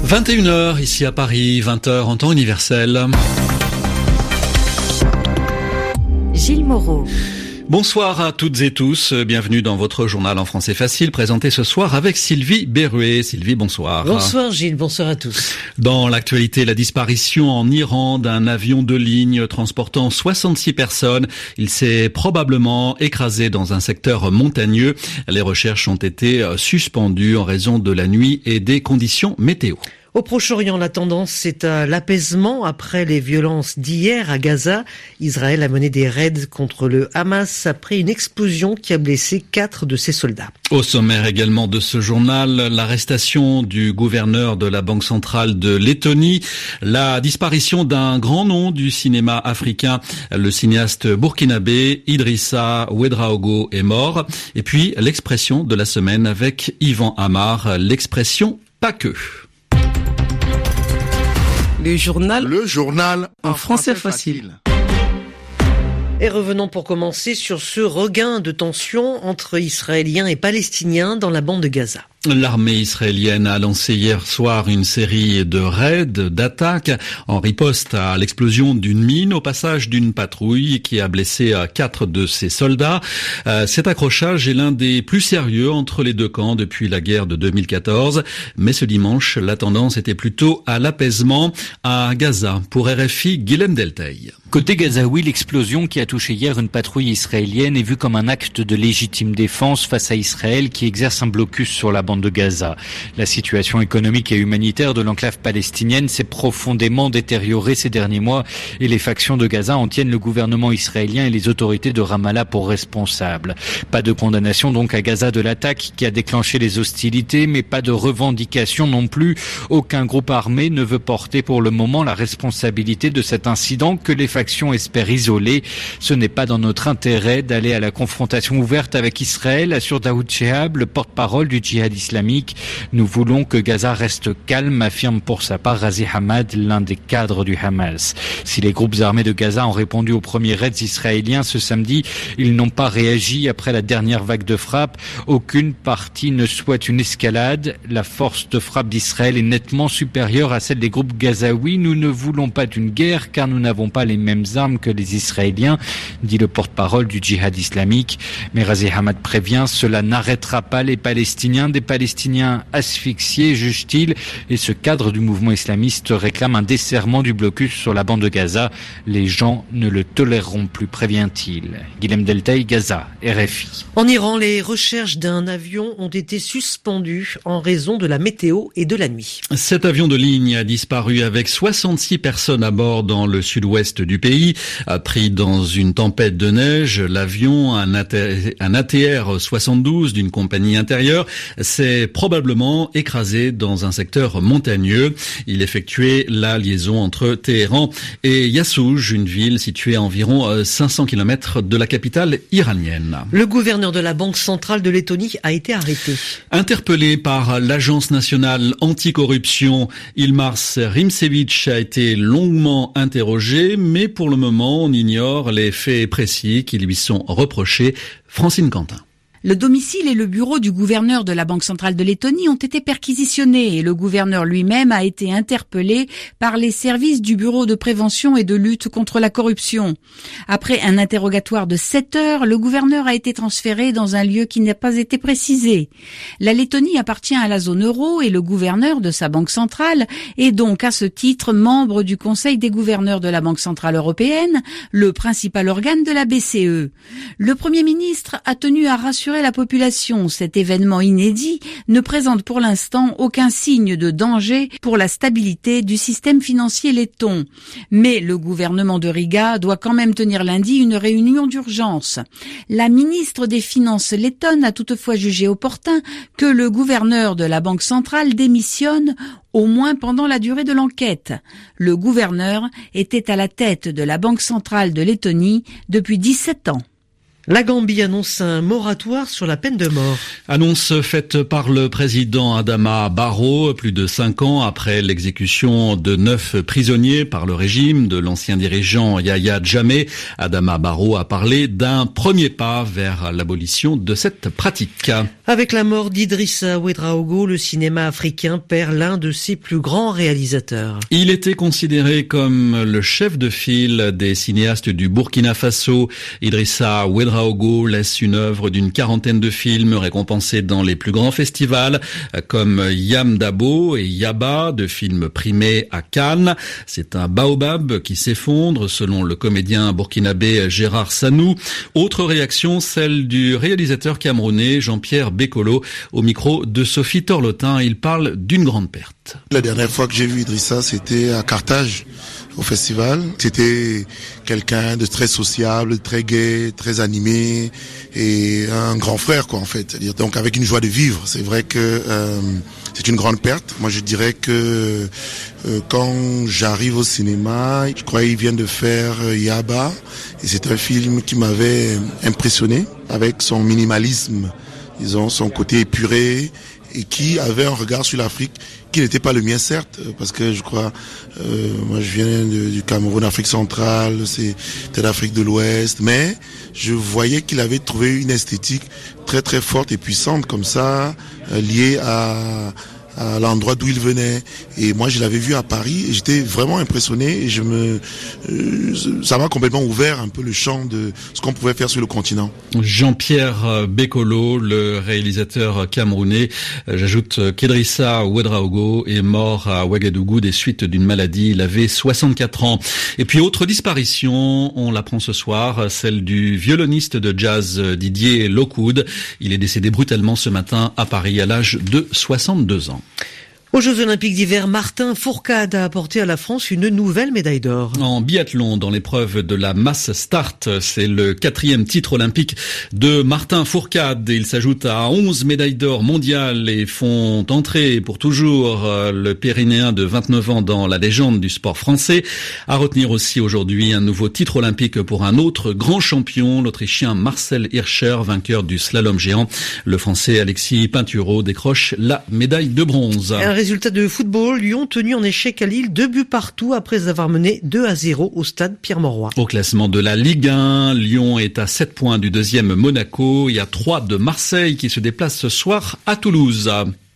21h ici à Paris, 20h en temps universel. Gilles Moreau. Bonsoir à toutes et tous, bienvenue dans votre journal en français facile, présenté ce soir avec Sylvie Berruet. Sylvie, bonsoir. Bonsoir Gilles, bonsoir à tous. Dans l'actualité, la disparition en Iran d'un avion de ligne transportant 66 personnes. Il s'est probablement écrasé dans un secteur montagneux. Les recherches ont été suspendues en raison de la nuit et des conditions météo. Au Proche-Orient, la tendance, c'est à l'apaisement après les violences d'hier à Gaza. Israël a mené des raids contre le Hamas après une explosion qui a blessé 4 de ses soldats. Au sommaire également de ce journal, l'arrestation du gouverneur de la Banque centrale de Lettonie, la disparition d'un grand nom du cinéma africain, le cinéaste burkinabé Idrissa Ouedraogo est mort, et puis l'expression de la semaine avec Yvan Amar, l'expression « pas que ». Le journal en français facile. Et revenons pour commencer sur ce regain de tension entre Israéliens et Palestiniens dans la bande de Gaza. L'armée israélienne a lancé hier soir une série de raids, d'attaques, en riposte à l'explosion d'une mine au passage d'une patrouille qui a blessé 4 de ses soldats. Cet accrochage est l'un des plus sérieux entre les deux camps depuis la guerre de 2014. Mais ce dimanche, la tendance était plutôt à l'apaisement à Gaza. Pour RFI, Guilhem Delteil. Côté gazaoui, l'explosion qui a touché hier une patrouille israélienne est vue comme un acte de légitime défense face à Israël qui exerce un blocus sur la bande de Gaza. La situation économique et humanitaire de l'enclave palestinienne s'est profondément détériorée ces derniers mois et les factions de Gaza en tiennent le gouvernement israélien et les autorités de Ramallah pour responsables. Pas de condamnation donc à Gaza de l'attaque qui a déclenché les hostilités, mais pas de revendication non plus. Aucun groupe armé ne veut porter pour le moment la responsabilité de cet incident que les factions espèrent isoler. Ce n'est pas dans notre intérêt d'aller à la confrontation ouverte avec Israël, assure Daoud Shehab, le porte-parole du djihad islamique. Nous voulons que Gaza reste calme, affirme pour sa part Ghazi Hamad, l'un des cadres du Hamas. Si les groupes armés de Gaza ont répondu aux premiers raids israéliens ce samedi, ils n'ont pas réagi après la dernière vague de frappe. Aucune partie ne souhaite une escalade. La force de frappe d'Israël est nettement supérieure à celle des groupes gazaouis. Nous ne voulons pas d'une guerre car nous n'avons pas les mêmes armes que les Israéliens, dit le porte-parole du djihad islamique. Mais Ghazi Hamad prévient, cela n'arrêtera pas les Palestiniens. Des Palestiniens asphyxiés, juge-t-il, et ce cadre du mouvement islamiste réclame un desserrement du blocus sur la bande de Gaza. Les gens ne le toléreront plus, prévient-il. Guilhem Delteil, Gaza, RFI. En Iran, les recherches d'un avion ont été suspendues en raison de la météo et de la nuit. Cet avion de ligne a disparu avec 66 personnes à bord dans le sud-ouest du pays. Pris dans une tempête de neige, l'avion, un ATR 72 d'une compagnie intérieure, s'est probablement écrasé dans un secteur montagneux. Il effectuait la liaison entre Téhéran et Yassouj, une ville située à environ 500 km de la capitale iranienne. Le gouverneur de la Banque centrale de Lettonie a été arrêté. Interpellé par l'Agence nationale anticorruption, Ilmars Rimšević a été longuement interrogé, mais pour le moment, on ignore les faits précis qui lui sont reprochés. Francine Quentin. Le domicile et le bureau du gouverneur de la Banque centrale de Lettonie ont été perquisitionnés et le gouverneur lui-même a été interpellé par les services du bureau de prévention et de lutte contre la corruption. Après un interrogatoire de 7 heures, le gouverneur a été transféré dans un lieu qui n'a pas été précisé. La Lettonie appartient à la zone euro et le gouverneur de sa banque centrale est donc à ce titre membre du Conseil des gouverneurs de la Banque centrale européenne, le principal organe de la BCE. Le Premier ministre a tenu à rassurer la population. Cet événement inédit ne présente pour l'instant aucun signe de danger pour la stabilité du système financier letton. Mais le gouvernement de Riga doit quand même tenir lundi une réunion d'urgence. La ministre des Finances lettonne a toutefois jugé opportun que le gouverneur de la Banque centrale démissionne au moins pendant la durée de l'enquête. Le gouverneur était à la tête de la Banque centrale de Lettonie depuis 17 ans. La Gambie annonce un moratoire sur la peine de mort. Annonce faite par le président Adama Barrow, plus de 5 ans après l'exécution de 9 prisonniers par le régime de l'ancien dirigeant Yahya Jammeh. Adama Barrow a parlé d'un premier pas vers l'abolition de cette pratique. Avec la mort d'Idrissa Ouedraogo, le cinéma africain perd l'un de ses plus grands réalisateurs. Il était considéré comme le chef de file des cinéastes du Burkina Faso. Idrissa Ouedraogo laisse une œuvre d'une 40aine de films récompensés dans les plus grands festivals comme Yam Dabo et Yaba, de films primés à Cannes. C'est un baobab qui s'effondre selon le comédien burkinabé Gérard Sanou. Autre réaction, celle du réalisateur camerounais Jean-Pierre Bekolo au micro de Sophie Torlotin. Il parle d'une grande perte. La dernière fois que j'ai vu Idrissa, c'était à Carthage, au festival. C'était quelqu'un de très sociable, très gai, très animé et un grand frère, quoi, en fait. C'est-à-dire, donc avec une joie de vivre. C'est vrai que c'est une grande perte. Moi, je dirais que quand j'arrive au cinéma, je crois qu'il vient de faire Yaba et c'est un film qui m'avait impressionné avec son minimalisme, disons, son côté épuré et qui avait un regard sur l'Afrique qui n'était pas le mien, certes, parce que je crois, moi je viens du Cameroun, Afrique centrale, c'est peut-être l'Afrique de l'Ouest, mais je voyais qu'il avait trouvé une esthétique très très forte et puissante comme ça, liée à l'endroit d'où il venait. Et moi, je l'avais vu à Paris et j'étais vraiment impressionné et ça m'a complètement ouvert un peu le champ de ce qu'on pouvait faire sur le continent. Jean-Pierre Bekolo, le réalisateur camerounais. J'ajoute qu'Idrissa Ouedraogo est mort à Ouagadougou des suites d'une maladie. Il avait 64 ans. Et puis, autre disparition, on l'apprend ce soir, celle du violoniste de jazz Didier Lockwood. Il est décédé brutalement ce matin à Paris à l'âge de 62 ans. Aux Jeux Olympiques d'hiver, Martin Fourcade a apporté à la France une nouvelle médaille d'or. En biathlon, dans l'épreuve de la mass start, c'est le 4e titre olympique de Martin Fourcade. Il s'ajoute à 11 médailles d'or mondiales et font entrer pour toujours le Pyrénéen de 29 ans dans la légende du sport français. À retenir aussi aujourd'hui un nouveau titre olympique pour un autre grand champion, l'Autrichien Marcel Hirscher, vainqueur du slalom géant. Le Français Alexis Pinturault décroche la médaille de bronze. Résultat de football, Lyon tenu en échec à Lille, 2 buts partout après avoir mené 2-0 au stade Pierre-Mauroy. Au classement de la Ligue 1, Lyon est à 7 points du 2e Monaco. Il y a 3 de Marseille qui se déplacent ce soir à Toulouse.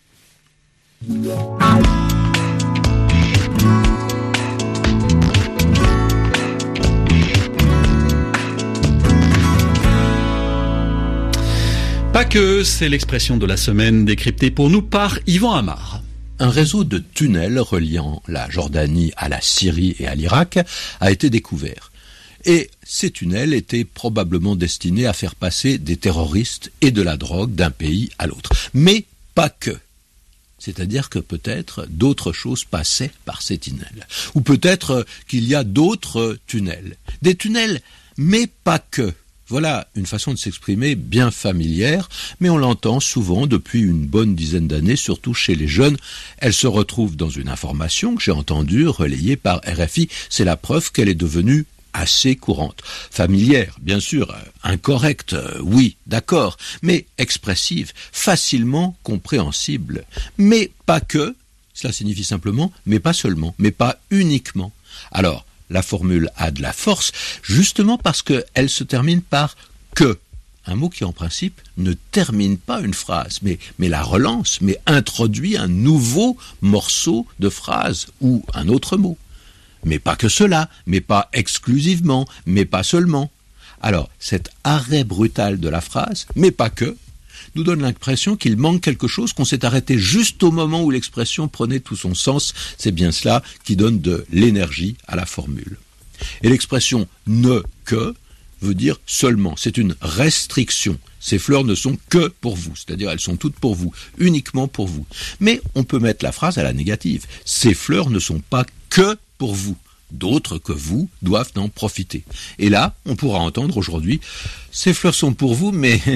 Pas que, c'est l'expression de la semaine décryptée pour nous par Yvan Amar. Un réseau de tunnels reliant la Jordanie à la Syrie et à l'Irak a été découvert. Et ces tunnels étaient probablement destinés à faire passer des terroristes et de la drogue d'un pays à l'autre. Mais pas que. C'est-à-dire que peut-être d'autres choses passaient par ces tunnels. Ou peut-être qu'il y a d'autres tunnels. Des tunnels, mais pas que. Voilà une façon de s'exprimer bien familière, mais on l'entend souvent depuis une bonne dizaine d'années, surtout chez les jeunes. Elle se retrouve dans une information que j'ai entendue relayée par RFI. C'est la preuve qu'elle est devenue assez courante. Familière, bien sûr, incorrecte, oui, d'accord, mais expressive, facilement compréhensible. Mais pas que, cela signifie simplement, mais pas seulement, mais pas uniquement. Alors, la formule a de la force, justement parce qu'elle se termine par « que ». Un mot qui, en principe, ne termine pas une phrase, mais la relance, mais introduit un nouveau morceau de phrase ou un autre mot. Mais pas que cela, mais pas exclusivement, mais pas seulement. Alors, cet arrêt brutal de la phrase, mais pas que, nous donne l'impression qu'il manque quelque chose, qu'on s'est arrêté juste au moment où l'expression prenait tout son sens. C'est bien cela qui donne de l'énergie à la formule. Et l'expression « ne que » veut dire seulement. C'est une restriction. Ces fleurs ne sont que pour vous, c'est-à-dire elles sont toutes pour vous, uniquement pour vous. Mais on peut mettre la phrase à la négative. Ces fleurs ne sont pas que pour vous. D'autres que vous doivent en profiter. Et là, on pourra entendre aujourd'hui « ces fleurs sont pour vous, mais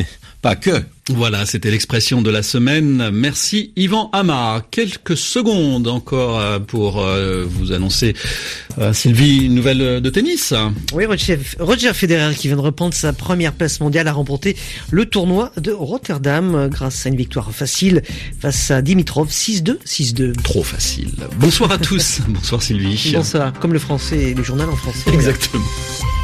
Pas que. Voilà, c'était l'expression de la semaine. Merci Yvan Amar. Quelques secondes encore pour vous annoncer, Sylvie, une nouvelle de tennis. Oui, Roger Federer qui vient de reprendre sa première place mondiale a remporté le tournoi de Rotterdam grâce à une victoire facile face à Dimitrov 6-2, 6-2. Trop facile. Bonsoir à tous. Bonsoir Sylvie. Bonsoir, comme le français, le journal en français. Exactement.